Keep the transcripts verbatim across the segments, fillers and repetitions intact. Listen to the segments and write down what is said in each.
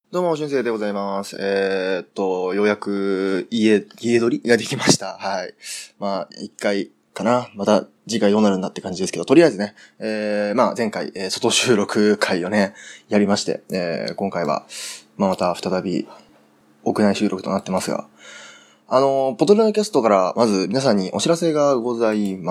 どうも、俊生でございます。えー、っと、ようやく家、家撮りができました。はい。まあ、一回かな。また次回どうなるんだって感じですけど、とりあえずね、えー、まあ前回、えー、外収録会をね、やりまして、えー、今回は、まあまた再び屋内収録となってますが、あの、ポッドリのキャストからまず皆さんにお知らせがございます。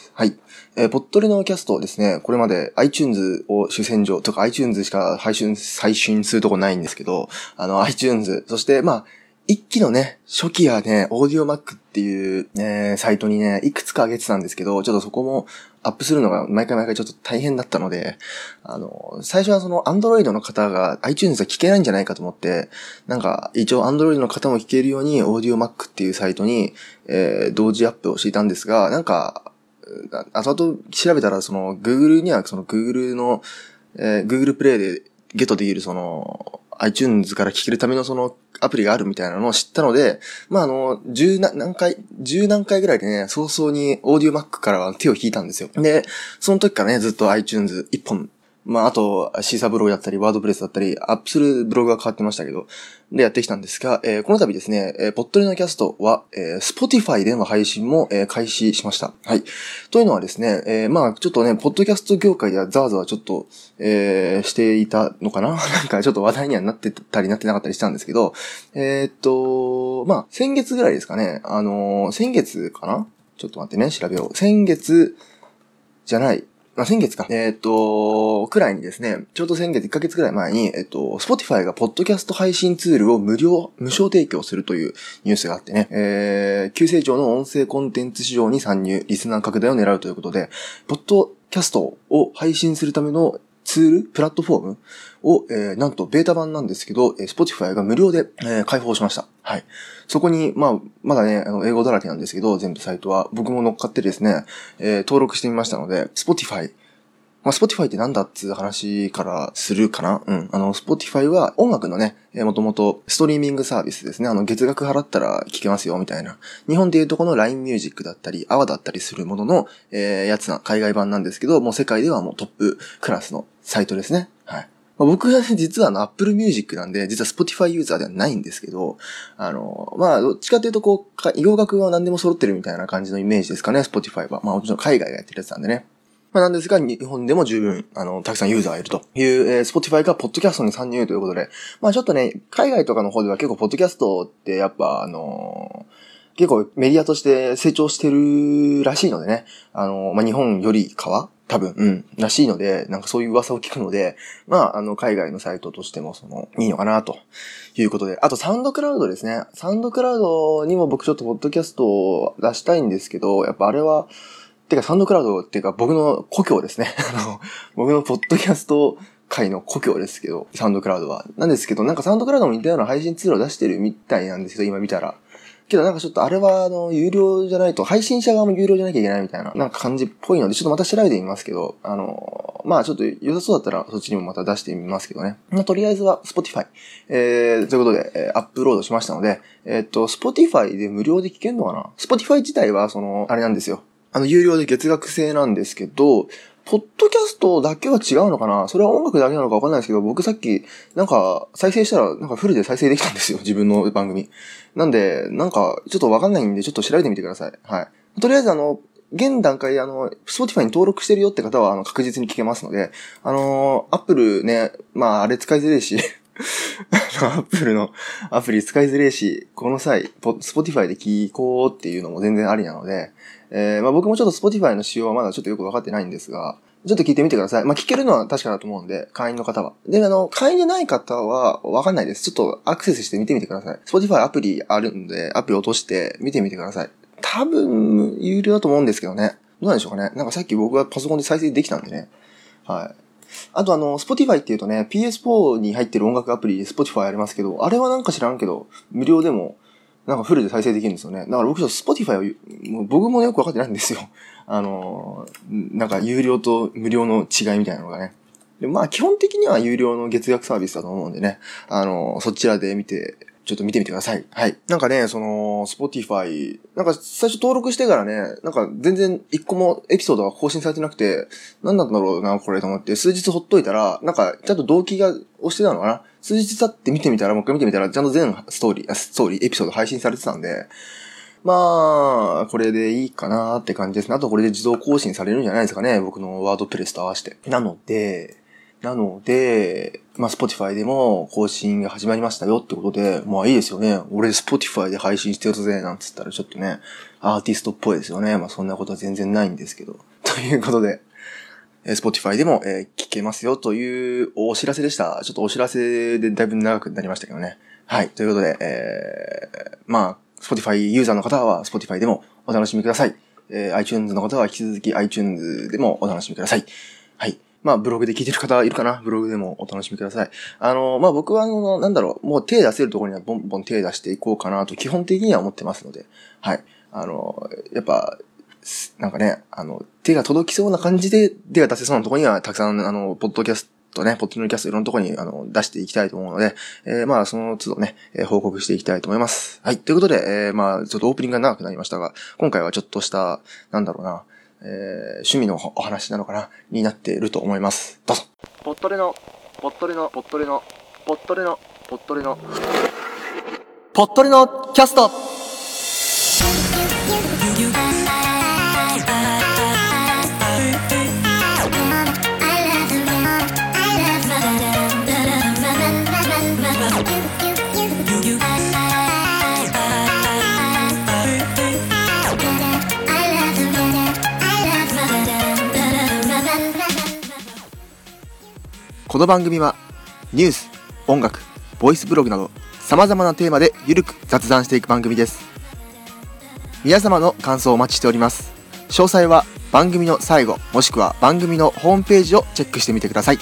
はい。えー、ポッドリのキャストですね、これまで iTunes を主戦場とか iTunes しか配信、配信するとこないんですけど、あの iTunes、そしてまあ、一期のね、初期はね、オーディオマックっていうね、サイトにね、いくつか上げてたんですけど、ちょっとそこもアップするのが毎回毎回ちょっと大変だったので、あの、最初はその Android の方が iTunes は聞けないんじゃないかと思って、なんか一応 Android の方も聞けるようにオーディオマックっていうサイトに、えー、同時アップをしていたんですが、なんか、後々調べたらその Google にはその Google の、えー、Google プレイでゲットできるその iTunes から聞けるためのそのアプリがあるみたいなのを知ったので、まああの、十何回、十何回ぐらいでね、早々にオーディオマックからは手を引いたんですよ。で、その時からね、ずっと iTunes 一本、まああと、シーサーブログだったり、ワードプレスだったり、アップするブログが変わってましたけど、でやってきたんですが、えー、この度ですね、えー、ポッドリのキャストは、えー、Spotify での配信も、えー、開始しました。はい。というのはですね、えー、まあちょっとね、ポッドキャスト業界ではザワザワちょっと、えー、していたのかななんかちょっと話題にはなってたりなってなかったりしたんですけど、えー、っと、まあ先月ぐらいですかね、あのー、先月かなちょっと待ってね、調べよう。先月じゃない。まあ、先月か。えっ、ー、と、くらいにですね、ちょうど先月いっかげつくらい前に、えっ、ー、と、Spotify がポッドキャスト配信ツールを無料、無償提供するというニュースがあってね、えー、急成長の音声コンテンツ市場に参入、リスナー拡大を狙うということで、ポッドキャストを配信するためのツール、プラットフォームを、えー、なんとベータ版なんですけど、えー、Spotify が無料で、えー、開放しました。はい。そこに、まあ、まだね、あの、英語だらけなんですけど、全部サイトは、僕も乗っかってですね、えー、登録してみましたので、Spotify、まあ、Spotify ってなんだっつう話からするかなうん。あの、Spotify は音楽のね、えー、もともとストリーミングサービスですね。あの、月額払ったら聴けますよ、みたいな。日本でいうとこの ライン Music だったり、アワだったりするものの、えー、やつな、海外版なんですけど、もう世界ではもうトップクラスのサイトですね。はい。まあ、僕はね、実はあの、Apple Music なんで、実は Spotify ユーザーではないんですけど、あの、まあ、どっちかというとこう、洋楽は何でも揃ってるみたいな感じのイメージですかね、Spotify は。まあ、もちろん海外がやってるやつなんでね。まあ、なんですが、日本でも十分、あの、たくさんユーザーがいるという、えー、Spotify がポッドキャストに参入ということで、まあちょっとね、海外とかの方では結構ポッドキャストってやっぱ、あのー、結構メディアとして成長してるらしいのでね、あのー、まあ日本よりかは多分、うん、らしいので、なんかそういう噂を聞くので、まあ、あの、海外のサイトとしても、その、いいのかな、ということで。あと、サウンドクラウドですね。サウンドクラウドにも僕ちょっとポッドキャストを出したいんですけど、やっぱあれは、てか、サウンドクラウドっていうか僕の故郷ですね。あの、僕のポッドキャスト界の故郷ですけど、サウンドクラウドは。なんですけど、なんかサウンドクラウドも似たような配信ツールを出してるみたいなんですけど、今見たら。けどなんかちょっとあれは、あの、有料じゃないと、配信者側も有料じゃなきゃいけないみたいな、なんか感じっぽいので、ちょっとまた調べてみますけど、あの、まあちょっと良さそうだったらそっちにもまた出してみますけどね。まあとりあえずは Spotify。えー、ということで、えー、アップロードしましたので、えー、っと、Spotify で無料で聞けるのかな？ Spotify 自体は、その、あれなんですよ。あの、有料で月額制なんですけど、ポッドキャストだけは違うのかな？それは音楽だけなのかわかんないですけど、僕さっき、なんか、再生したら、なんかフルで再生できたんですよ。自分の番組。なんで、なんか、ちょっとわかんないんで、ちょっと調べてみてください。はい。とりあえず、あの、現段階であの、Spotify に登録してるよって方は、あの、確実に聞けますので、あの、Apple ね、まあ、あれ使いづれいし、アップルのアプリ使いづれいし、この際、Spotify で聞こうっていうのも全然ありなので、えー、まあ僕もちょっと Spotify の仕様はまだちょっとよくわかってないんですが、ちょっと聞いてみてください。まあ聞けるのは確かだと思うんで、会員の方は。で、あの、会員でない方はわかんないです。ちょっとアクセスして見てみてください。Spotify アプリあるんで、アプリ落として見てみてください。多分、有料だと思うんですけどね。どうなんでしょうかね。なんかさっき僕はパソコンで再生できたんでね。はい。あとあの、Spotify っていうとね、ピーエスフォー に入ってる音楽アプリで Spotify ありますけど、あれはなんか知らんけど、無料でも、なんかフルで再生できるんですよね。だから僕ちょっと Spotify を、もう僕もよくわかってないんですよ。あの、なんか有料と無料の違いみたいなのがね。でまあ基本的には有料の月額サービスだと思うんでね、あの、そちらで見て、ちょっと見てみてください。はい。なんかね、その、Spotify、なんか最初登録してからね、なんか全然一個もエピソードが更新されてなくて、なんなんだろうな、これと思って、数日ほっといたら、なんかちゃんと同期が押してたのかな？ 数日経って見てみたら、もう一回見てみたら、ちゃんと全ストーリー、ストーリー、エピソード配信されてたんで、まあ、これでいいかなって感じですね。あとこれで自動更新されるんじゃないですかね。僕のワードプレスと合わせて。なので、なので、まあ、Spotify でも更新が始まりましたよってことで、まあいいですよね。俺 Spotify で配信してるぜ、なんつったらちょっとね、アーティストっぽいですよね。まあそんなことは全然ないんですけど。ということで、Spotify でも、えー、聞けますよというお知らせでした。ちょっとお知らせでだいぶ長くなりましたけどね。はい。ということで、えー、まあ、Spotify ユーザーの方は Spotify でもお楽しみください。えー、iTunes の方は引き続き iTunes でもお楽しみください。はい。まあ、ブログで聞いてる方いるかな？ブログでもお楽しみください。あの、まあ僕はあの、なんだろう、もう手出せるところにはボンボン手出していこうかなと基本的には思ってますので、はい。あの、やっぱ、なんかね、あの、手が届きそうな感じで手が出せそうなところにはたくさん、あの、ポッドキャストね、ポッドキャストいろんなところにあの出していきたいと思うので、えー、まあその都度ね、えー、報告していきたいと思います。はい。ということで、えー、まあちょっとオープニングが長くなりましたが、今回はちょっとした、なんだろうな、えー、趣味のお話なのかなになっていると思います。どうぞ。ポットレの、ポットレの、ポットレの、ポットレの、ポットレの、ポットレのキャスト。この番組はニュース、音楽、ボイスブログなど様々なテーマでゆるく雑談していく番組です。皆様の感想をお待ちしております。詳細は番組の最後もしくは番組のホームページをチェックしてみてください。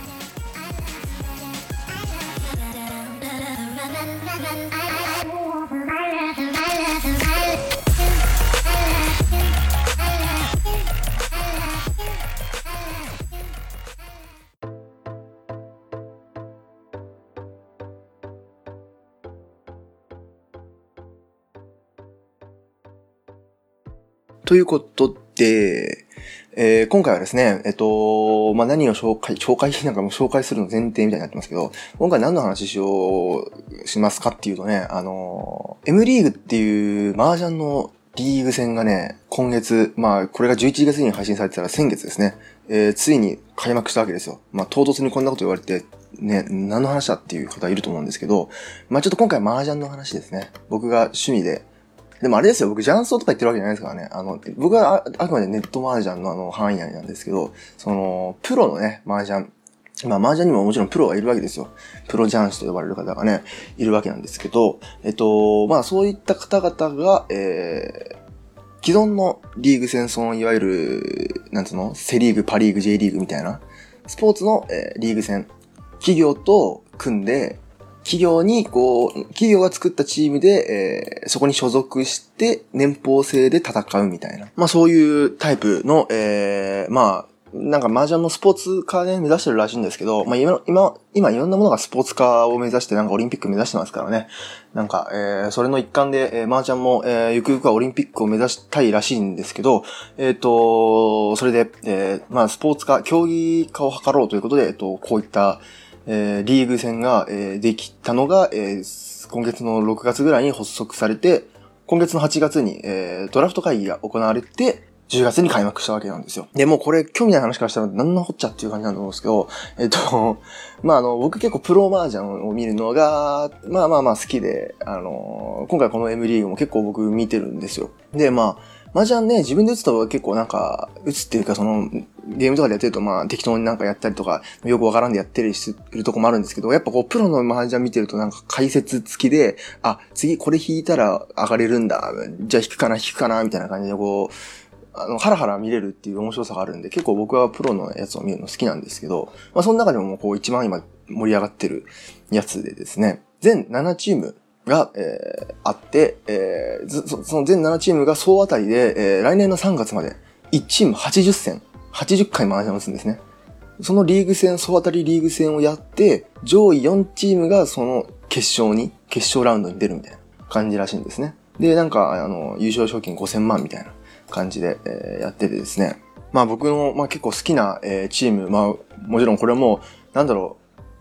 ということで、えー、今回はですね、えっと、まあ、何を紹介、紹介なんかもう紹介するの前提みたいになってますけど、今回何の話しよう、しますかっていうとね、あの、M リーグっていう麻雀のリーグ戦がね、今月、まあ、これがじゅういちがつに配信されてたら先月ですね、えー、ついに開幕したわけですよ。まあ、唐突にこんなこと言われて、ね、何の話だっていう方いると思うんですけど、まあ、ちょっと今回は麻雀の話ですね。僕が趣味で、でもあれですよ、僕、雀荘とか言ってるわけじゃないですからね。あの、僕は あ, あくまでネット麻雀のあの範囲内なんですけど、その、プロのね、麻雀。まあ、麻雀にももちろんプロがいるわけですよ。プロ雀士と呼ばれる方がね、いるわけなんですけど、えっと、まあ、そういった方々が、えー、既存のリーグ戦、その、いわゆる、なんつうの、セリーグ、パリーグ、J リーグみたいな、スポーツの、えー、リーグ戦、企業と組んで、企業に、こう、企業が作ったチームで、えー、そこに所属して、年俸制で戦うみたいな。まあそういうタイプの、えー、まあ、なんか麻雀のスポーツ化ね、目指してるらしいんですけど、まあ今、今、今いろんなものがスポーツ化を目指して、なんかオリンピック目指してますからね。なんか、えー、それの一環で、えー、麻雀も、えー、ゆくゆくはオリンピックを目指したいらしいんですけど、えっと、それで、えー、まあスポーツ化、競技化を図ろうということで、えっと、こういった、えー、リーグ戦が、えー、できたのが、えー、今月のろくがつぐらいに発足されて、今月のはちがつに、えー、ドラフト会議が行われて、じゅうがつに開幕したわけなんですよ。で、もうこれ、興味ない話からしたら何のこっちゃっていう感じなんだと思うんですけど、えっと、まあ、あの、僕結構プロ麻雀を見るのが、まあまあまあ好きで、あの、今回この M リーグも結構僕見てるんですよ。で、まあ、麻雀ね、自分で打つと結構なんか、打つっていうかその、ゲームとかでやってるとまあ適当になんかやったりとか、よくわからんでやってるするとこもあるんですけど、やっぱこうプロの麻雀見てるとなんか解説付きで、あ、次これ引いたら上がれるんだ、じゃあ引くかな引くかな、みたいな感じでこう、あの、ハラハラ見れるっていう面白さがあるんで、結構僕はプロのやつを見るの好きなんですけど、まあその中でもこう一番今盛り上がってるやつでですね、全ななチーム、が、えー、あって、えー、そ, その全ななチームが総当たりで、えー、来年のさんがつまでいちチームはちじゅっせん、はちじゅっかい麻雀を打つんですね。そのリーグ戦、総当たりリーグ戦をやって、上位よんチームがその決勝に、決勝ラウンドに出るみたいな感じらしいんですね。で、なんか、あの、優勝賞金ごせんまんみたいな感じで、えー、やっててですね。まあ僕の、まあ結構好きな、えー、チーム、まあもちろんこれも、なんだろう、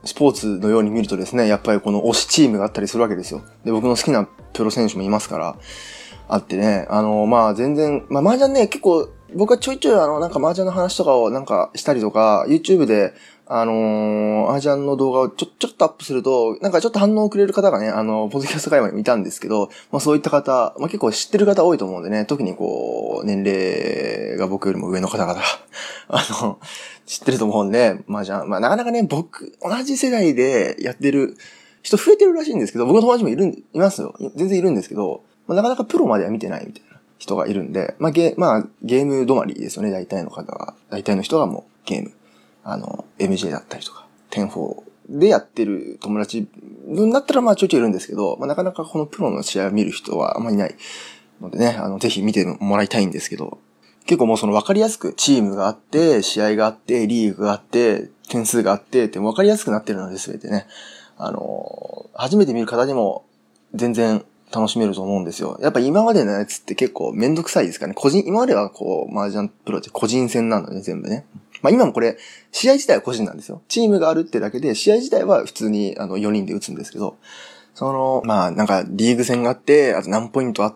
スポーツのように見るとですね、やっぱりこの推しチームがあったりするわけですよ。で、僕の好きなプロ選手もいますから、あってね、あの、まあ全然、まあ麻雀ね、結構、僕はちょいちょいあの、なんか麻雀の話とかをなんかしたりとか、YouTube で、あのー、麻雀の動画をちょ、ちょっとアップすると、なんかちょっと反応をくれる方がね、あの、ポッドキャスト界隈にいたんですけど、まあそういった方、まあ結構知ってる方多いと思うんでね、特にこう、年齢が僕よりも上の方々、あの、知ってると思うんで、麻雀、まあなかなかね、僕、同じ世代でやってる人増えてるらしいんですけど、僕の友達もいるん、いますよ。全然いるんですけど、まあなかなかプロまでは見てないみたいな人がいるんで、まあゲ、まあゲーム止まりですよね、大体の方が。大体の人がもうゲーム。あの、エムジェー だったりとか、テンフォー でやってる友達分だったらまあちょいちょいいるんですけど、まあなかなかこのプロの試合を見る人はあんまりいないのでね、あの、ぜひ見てもらいたいんですけど、結構もうその分かりやすくチームがあって、試合があって、リーグがあって、点数があってって分かりやすくなってるので全てね、あの、初めて見る方にも全然楽しめると思うんですよ。やっぱ今までのやつって結構めんどくさいですかね。個人、今まではこう、麻雀プロって個人戦なので全部ね。まあ今もこれ、試合自体は個人なんですよ。チームがあるってだけで、試合自体は普通にあのよにんで打つんですけど、その、まあなんかリーグ戦があって、あと何ポイントあって、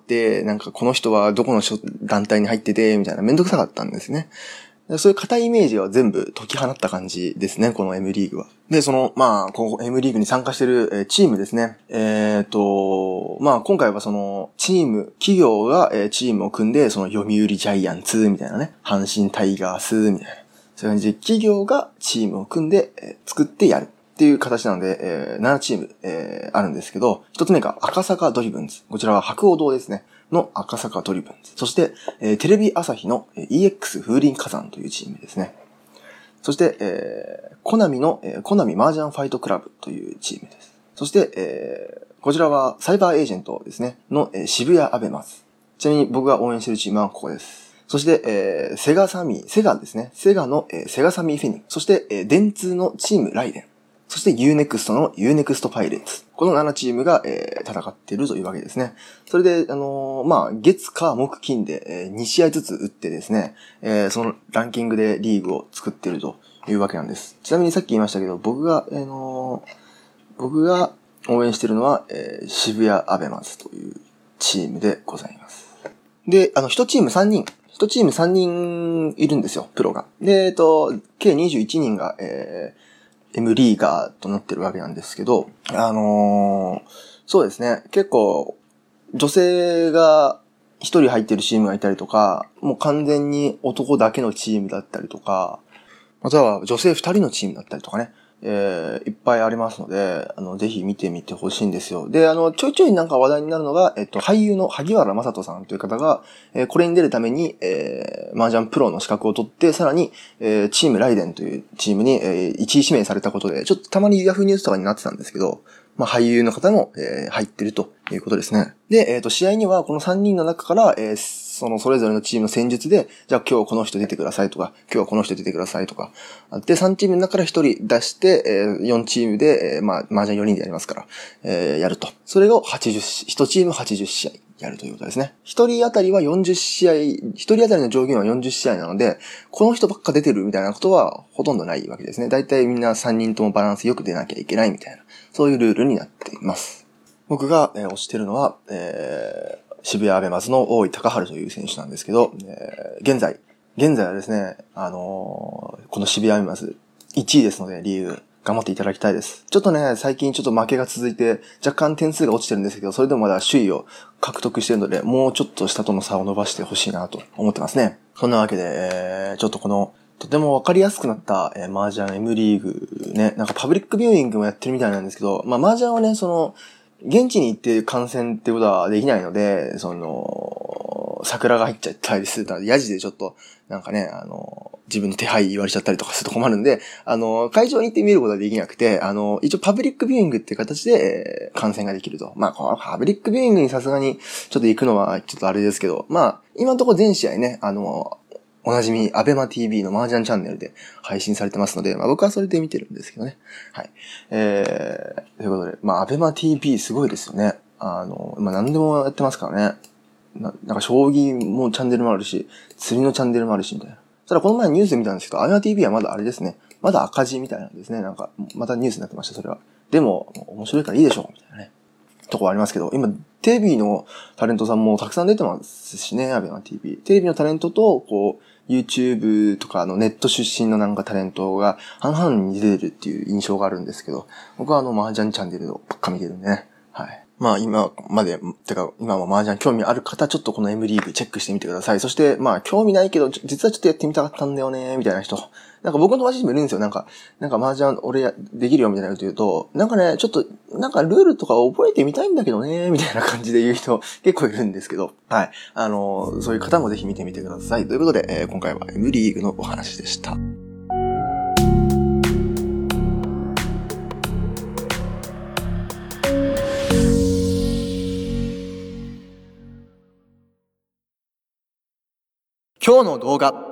なんかこの人はどこの団体に入ってて、みたいなめんどくさかったんですね。そういう硬いイメージは全部解き放った感じですね、この M リーグは。で、その、まあ、ここ M リーグに参加してる、えー、チームですね。えっと、まあ、今回はその、チーム、企業が、えー、チームを組んで、その、読売ジャイアンツ、みたいなね、阪神タイガース、みたいな。そういう感じで、企業がチームを組んで、えー、作ってやる。っていう形なので、えー、ななチーム、えー、あるんですけど、一つ目が赤坂ドリブンズ。こちらは白鸚堂ですね。の赤坂ドリブンズ。そして、えー、テレビ朝日の イーエックス 風林火山というチームですね。そして、えー、コナミの、えー、コナミ麻雀ファイトクラブというチームです。そして、えー、こちらはサイバーエージェントですね。の、えー、渋谷アベマズ。ちなみに僕が応援しているチームはここです。そして、えー、セガサミー、セガですね。セガの、えー、セガサミーフェニック。そして、えー、電通のチームライデン。そして ユーネクスト の ユーネクスト パイレーツ。このななチームが、えー、戦っているというわけですね。それで、あのー、まあ、月、火、木、金で、えー、に試合ずつ打ってですね、えー、そのランキングでリーグを作っているというわけなんです。ちなみにさっき言いましたけど、僕が、あのー、僕が応援しているのは、えー、渋谷アベマズというチームでございます。で、あの、一チームさんにん。一チームさんにんいるんですよ、プロが。で、えっと、計にじゅういちにんが、えー、M リーガーとなってるわけなんですけど、あのー、そうですね、結構、女性が一人入ってるチームがいたりとか、もう完全に男だけのチームだったりとか、または女性二人のチームだったりとかね、えー、いっぱいありますので、あの、ぜひ見てみてほしいんですよ。で、あの、ちょいちょいなんか話題になるのが、えっと、俳優の萩原正人さんという方が、えー、これに出るために、えー、麻雀プロの資格を取って、さらに、えー、チームライデンというチームに、えー、一位指名されたことで、ちょっとたまにヤフーニュースとかになってたんですけど、まあ、俳優の方も、えー、入ってるということですね。で、えっと、試合にはこのさんにんの中から、えー、そのそれぞれのチームの戦術で、じゃあ今日この人出てくださいとか、今日はこの人出てくださいとか。で、さんチームの中からひとり出して、えー、よんチームで、えー、まあ、麻雀よにんでやりますから、えー、やると。それをはちじゅう、いちチームはちじゅう試合やるということですね。ひとり当たりはよんじゅう試合、ひとり当たりの上限はよんじゅう試合なので、この人ばっか出てるみたいなことはほとんどないわけですね。だいたいみんなさんにんともバランスよく出なきゃいけないみたいな、そういうルールになっています。僕が、えー、推してるのは、えー、渋谷アベマズの大井隆治という選手なんですけど、えー、現在、現在はですね、あのー、この渋谷アベマズいちいですので、リーグ、頑張っていただきたいです。ちょっとね、最近ちょっと負けが続いて、若干点数が落ちてるんですけど、それでもまだ首位を獲得しているので、もうちょっと下との差を伸ばしてほしいなと思ってますね。そんなわけで、えー、ちょっとこの、とてもわかりやすくなった、えー、麻雀 M リーグね、なんかパブリックビューイングもやってるみたいなんですけど、まあ麻雀はね、その、現地に行って観戦ってことはできないので、その、桜が入っちゃったりすると、ヤジでちょっと、なんかね、あの、自分の手配言われちゃったりとかすると困るんで、あの、会場に行って見ることはできなくて、あの、一応パブリックビューイングっていう形で、えー、観戦ができると。まあ、このパブリックビューイングにさすがにちょっと行くのはちょっとあれですけど、まあ、今のところ全試合ね、あの、おなじみ、アベマ ティーブイ の麻雀チャンネルで配信されてますので、まあ僕はそれで見てるんですけどね。はい。えー、ということで、まあアベマ ティーブイ すごいですよね。あの、まあ何でもやってますからね。な, なんか将棋もチャンネルもあるし、釣りのチャンネルもあるし、みたいな。ただこの前ニュースで見たんですけど、アベマ ティーブイ はまだあれですね。 まだ赤字みたいなんですね。なんか、またニュースになってました、それは。でも、面白いからいいでしょ、みたいなね。とこありますけど、今、テレビのタレントさんもたくさん出てますしね、アベマ ティービー。テレビのタレントと、こう、YouTube とかのネット出身のなんかタレントが半々に出てるっていう印象があるんですけど、僕はあの、麻雀チャンネルをばっか見てるんでね。はい。まあ今まで、てか今も麻雀興味ある方、ちょっとこの M リーグチェックしてみてください。そしてまあ興味ないけど、実はちょっとやってみたかったんだよね、みたいな人。なんか僕の友達にもいるんですよ。なんか、なんか麻雀俺やできるよみたいなこと言うと、なんかね、ちょっと、なんかルールとか覚えてみたいんだけどね、みたいな感じで言う人結構いるんですけど、はい。あの、そういう方もぜひ見てみてください。ということで、えー、今回は M リーグのお話でした。今日の動画。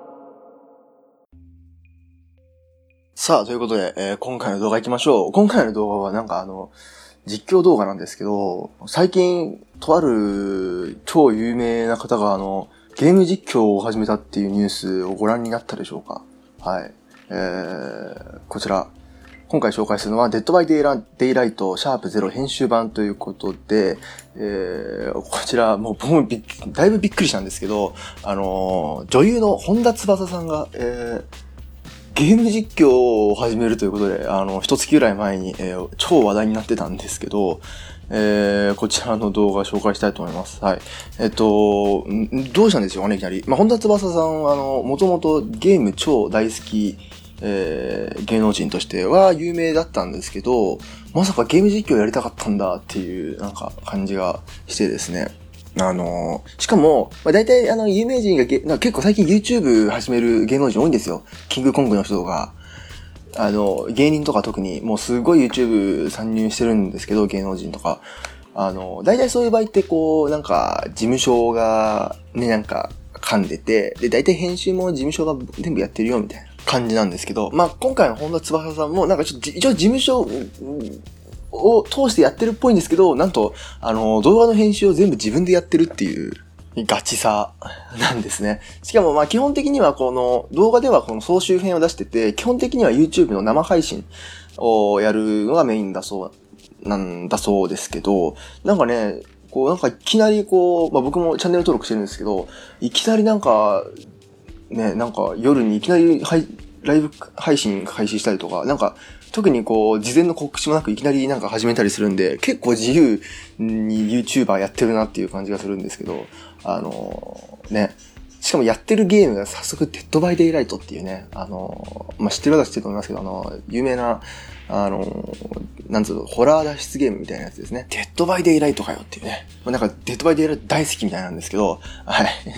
さあ、ということで、えー、今回の動画行きましょう。今回の動画はなんかあの、実況動画なんですけど、最近、とある超有名な方があの、ゲーム実況を始めたっていうニュースをご覧になったでしょうか？はい。えー、こちら。今回紹介するのは、デッドバイデイライトシャープゼロ編集版ということで、えー、こちら、もう僕もびだいぶびっくりしたんですけど、あのー、女優の本田翼さんが、えー、ゲーム実況を始めるということで、あの、一月ぐらい前に、えー、超話題になってたんですけど、えー、こちらの動画を紹介したいと思います。はい。えっと、どうしたんですよね、いきなり。まあ、本田翼さんは、あの、もともとゲーム超大好き、えー、芸能人としては有名だったんですけど、まさかゲーム実況やりたかったんだっていうなんか感じがしてですね。あのー、しかも、まあ、大体あの有名人がげなんか結構最近 YouTube 始める芸能人多いんですよ。キングコングの人とか、あの、芸人とか特にもうすごい YouTube 参入してるんですけど、芸能人とか。あの、大体そういう場合ってこう、なんか事務所がね、なんか噛んでて、で、大体編集も事務所が全部やってるよみたいな感じなんですけど、まあ今回の本田翼さんもなんかちょっと一応事務所を通してやってるっぽいんですけど、なんとあの動画の編集を全部自分でやってるっていうガチさなんですね。しかもまあ基本的にはこの動画ではこの総集編を出してて、基本的には YouTube の生配信をやるのがメインだそうなんだそうですけど、なんかね、こうなんかいきなりこう、まあ僕もチャンネル登録してるんですけど、いきなりなんかね、なんか夜にいきなりライブ配信開始したりとか、なんか特にこう事前の告知もなくいきなりなんか始めたりするんで、結構自由に YouTuber やってるなっていう感じがするんですけど、あのー、ね、しかもやってるゲームが早速デッドバイデイライトっていうね、あのー、まあ、知ってる方は知ってると思いますけど、あのー、有名な、あのー、なんつうの、ホラー脱出ゲームみたいなやつですね。デッドバイデイライトかよっていうね。まあ、なんかデッドバイデイライト大好きみたいなんですけど、はい。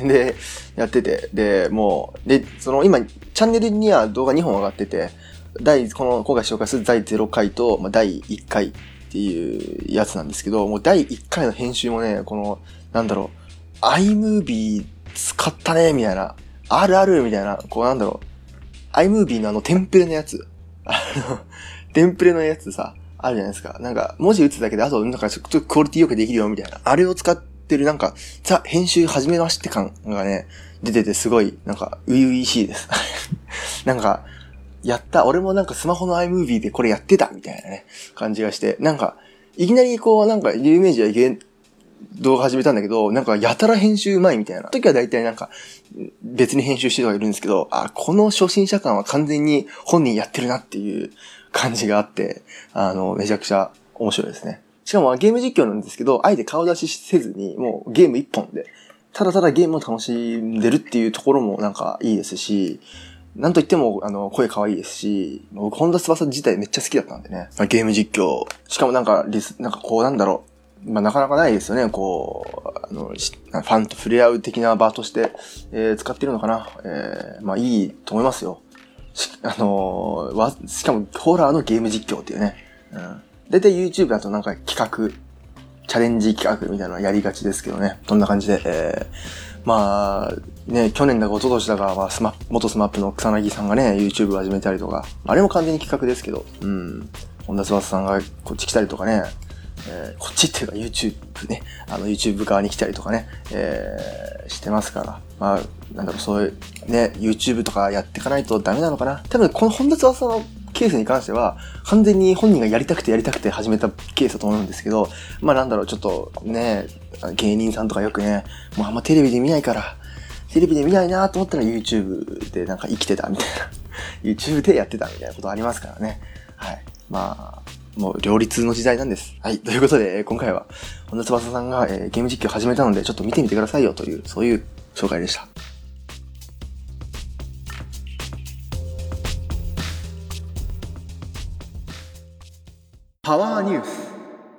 で、やってて、で、もう、で、その今、チャンネルには動画にほん上がってて、第、この、今回紹介するだいゼロかいと、まあ、だいいっかいっていうやつなんですけど、もうだいいっかいの編集もね、この、なんだろう、iMovie 使ったね、みたいな。あるある、みたいな。こうなんだろう。iMovie のあのテンプレのやつ。あの、テンプレのやつさ、あるじゃないですか。なんか、文字打つだけで、あと、なんかちょっとクオリティよくできるよ、みたいな。あれを使ってる、なんか、さ、編集始めまして感がね、出ててすごい、なんか、初々しいです。なんか、やった。俺もなんかスマホの iMovie でこれやってたみたいなね、感じがして。なんか、いきなりこう、なんか、有名人はゲ動画始めたんだけど、なんか、やたら編集うまいみたいな。時は大体なんか、別に編集してる人がいるんですけど、あ、この初心者感は完全に本人やってるなっていう感じがあって、あの、めちゃくちゃ面白いですね。しかもゲーム実況なんですけど、あえて顔出しせずに、もうゲーム一本で、ただただゲームを楽しんでるっていうところもなんかいいですし、なんといっても、あの、声可愛いですし、僕、本田翼自体めっちゃ好きだったんでね。ゲーム実況。しかもなんか、リス、なんかこうなんだろう。まあ、なかなかないですよね。こう、あの、ファンと触れ合う的な場として、えー、使ってるのかな。えー、まあ、いいと思いますよ。し、あのー、わ、しかも、ホラーのゲーム実況っていうね。うん。だいたい YouTube だとなんか企画、チャレンジ企画みたいなのやりがちですけどね。そんな感じで、えー、まあ、ね、去年だか一昨年だか、まあ、スマ元スマップの草薙さんがね、YouTube を始めたりとか、あれも完全に企画ですけど、うん。本田翼さんがこっち来たりとかね、 えー、こっちっていうか YouTube ね、あの YouTube 側に来たりとかね、えー、してますから、まあ、なんだろう、そういうね、YouTube とかやっていかないとダメなのかな。多分この本田翼のケースに関しては、完全に本人がやりたくてやりたくて始めたケースだと思うんですけど、まあなんだろう、ちょっとね、芸人さんとかよくね、もうあんまテレビで見ないから、テレビで見ないなと思ったら YouTube でなんか生きてたみたいな。YouTube でやってたみたいなことありますからね。はい。まあ、もう両立の時代なんです。はい。ということで、今回は、本田翼さんが、えー、ゲーム実況を始めたので、ちょっと見てみてくださいよという、そういう紹介でした。パワーニュース。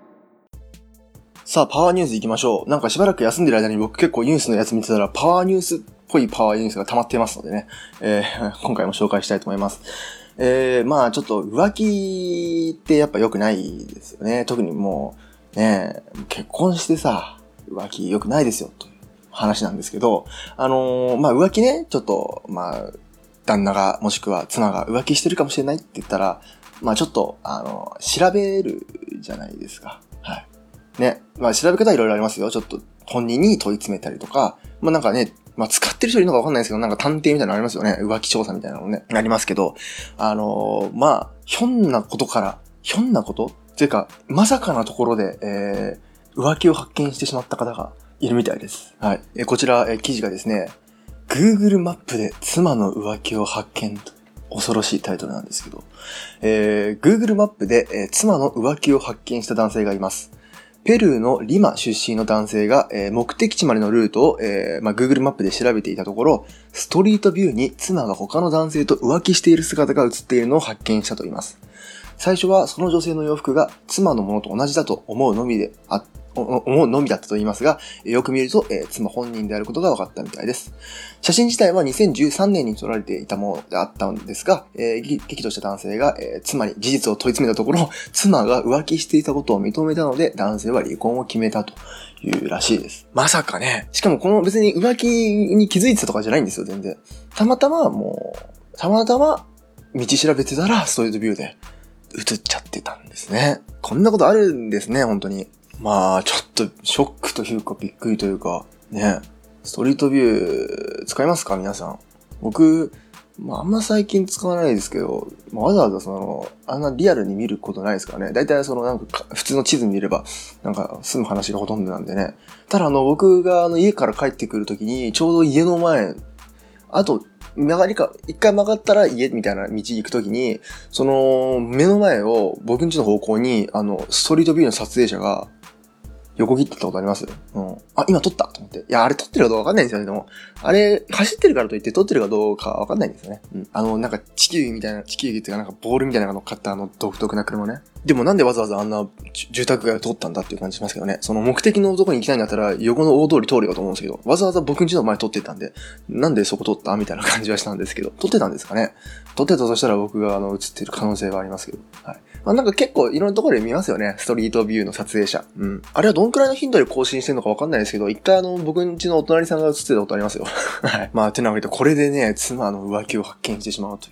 さあ、パワーニュース行きましょう。なんかしばらく休んでる間に僕結構ニュースのやつ見てたら、パワーニュースっぽいパワーニュースが溜まってますのでね、えー、今回も紹介したいと思います。えー、まあちょっと浮気ってやっぱ良くないですよね。特にもう、ね、結婚してさ、浮気良くないですよ、という話なんですけど、あのー、まあ浮気ね、ちょっと、まあ、旦那が、もしくは妻が浮気してるかもしれないって言ったら、まあちょっと、あの、調べるじゃないですか。はい。ね。まあ調べ方いろいろありますよ。ちょっと本人に問い詰めたりとか、まあなんかね、まあ使ってる人いるのかわかんないですけど、なんか探偵みたいなのありますよね。浮気調査みたいなのね。ありますけど、あのー、まあ、ひょんなことから、ひょんなことっていうか、まさかなところで、えー、浮気を発見してしまった方がいるみたいです。はい。えこちら、え記事がですね、Google マップで妻の浮気を発見と。恐ろしいタイトルなんですけど、えー、Google マップで、えー、妻の浮気を発見した男性がいます。ペルーのリマ出身の男性が、えー、目的地までのルートを、えーまあ、Google マップで調べていたところ、ストリートビューに妻が他の男性と浮気している姿が映っているのを発見したといいます。最初はその女性の洋服が妻のものと同じだと思うのみであ思うのみだったと言いますが、よく見ると、えー、妻本人であることが分かったみたいです。写真自体はにせんじゅうさんねんに撮られていたものであったんですが、えー、激怒した男性が、えー、妻に事実を問い詰めたところ、妻が浮気していたことを認めたので、男性は離婚を決めたというらしいです。まさかね。しかもこの別に浮気に気づいてたとかじゃないんですよ、全然。たまたまもう、たまたま道調べてたらストリートビューで映っちゃってたんですね。こんなことあるんですね、本当に。まあ、ちょっとショックというかびっくりというか、ね。ストリートビュー使いますか皆さん。僕、まああんま最近使わないですけど、まあ、わざわざその、あんなリアルに見ることないですからね。だいたいそのなんか普通の地図見れば、なんか済む話がほとんどなんでね。ただあの僕があの家から帰ってくるときに、ちょうど家の前、あと、曲がりか、一回曲がったら家みたいな道行くときに、その目の前を僕ん家の方向に、あの、ストリートビューの撮影者が、横切ってたことあります？うん。あ、今撮ったと思って。いや、あれ撮ってるかどうかわかんないんですよね、でも。あれ、走ってるからといって撮ってるかどうかわかんないんですよね。うん。あの、なんか地球儀みたいな、地球儀っていうかなんかボールみたいなのが乗っかったあの独特な車ね。でもなんでわざわざあんな住宅街を通ったんだっていう感じしますけどね。その目的のとこに行きたいんだったら横の大通り通るよと思うんですけど、わざわざ僕ん家の前通ってたんで、なんでそこ通ったみたいな感じはしたんですけど、撮ってたんですかね。撮ってたとしたら僕があの映ってる可能性はありますけど。はい。まあ、なんか結構いろんなところで見ますよね。ストリートビューの撮影者。うん。あれはどんくらいの頻度で更新してるのかわかんないですけど、一回あの僕ん家のお隣さんが映ってたことありますよ。はい。まあ、てなわけでこれでね、妻の浮気を発見してしまうという。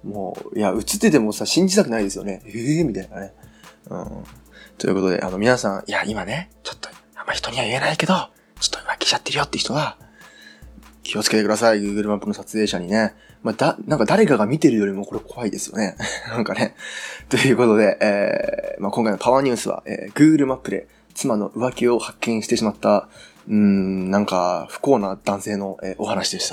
もう、いや、映っててもさ、信じたくないですよね。ええー、みたいなね。うん。ということで、あの皆さん、いや、今ね、ちょっと、あんま人には言えないけど、ちょっと浮気しちゃってるよって人は、気をつけてください。Google マップの撮影者にね。まあ、だ、なんか誰かが見てるよりもこれ怖いですよね。なんかね。ということで、えー、まあ、今回のパワーニュースは、えー、Google マップで妻の浮気を発見してしまった、うーん、なんか不幸な男性の、えー、お話でした。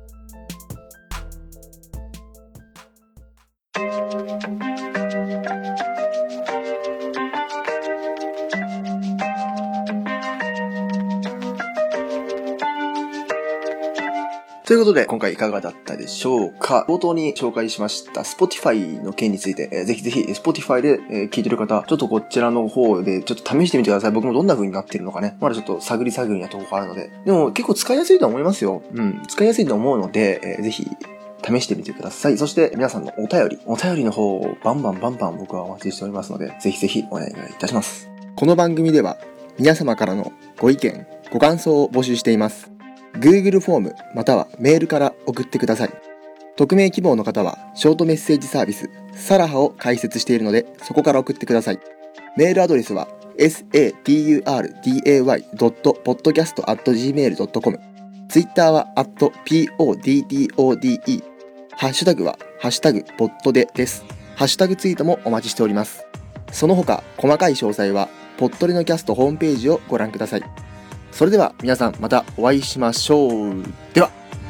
ということで、今回いかがだったでしょうか。冒頭に紹介しました Spotify の件について、えー、ぜひぜひ Spotify で、えー、聞いてる方、ちょっとこちらの方でちょっと試してみてください。僕もどんな風になってるのかね。まだちょっと探り探りなところがあるので。でも結構使いやすいと思いますよ。うん。使いやすいと思うので、えー、ぜひ試してみてください。そして皆さんのお便り、お便りの方をバンバンバンバン僕はお待ちしておりますので、ぜひぜひお願いいたします。この番組では皆様からのご意見、ご感想を募集しています。Google フォームまたはメールから送ってください。匿名希望の方はショートメッセージサービスサラハを開設しているのでそこから送ってください。メールアドレスはサトゥダイ ドット ポッドキャスト アット ジーメール ドット コム。ツイッターは アット ピーオーディーディーオーディーイー。ハッシュタグはハッシュタグポッドでです。ハッシュタグツイートもお待ちしております。その他細かい詳細はポッドレのキャストホームページをご覧ください。それでは皆さんまたお会いしましょう。では。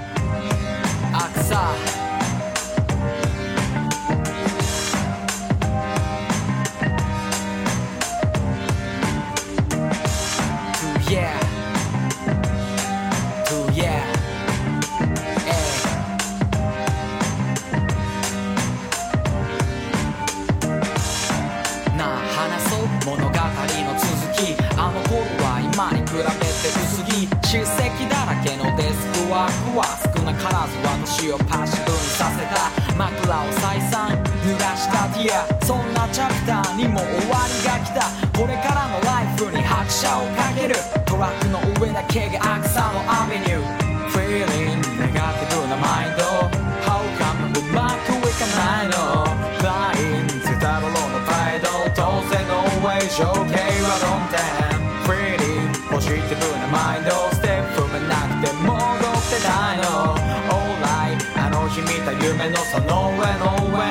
物語の続き、あの頃は今に比べて薄着、叱責だらけのデスクワークは少なからず私をパッシブにさせた。枕を再三濡らしたディア、そんなチャプターにも終わりが来た。これからのライフに拍車をかける、トラックの上だけが草のアベニュー。 Feeling ネガティブなマインド、 How come うまくいかないの。 Flying ゼタロロのプライド、当然の情景は論点。 Pretty ポジティブなマインド、ステップがなくて戻ってないの。 Alright あの日見た夢のその上の上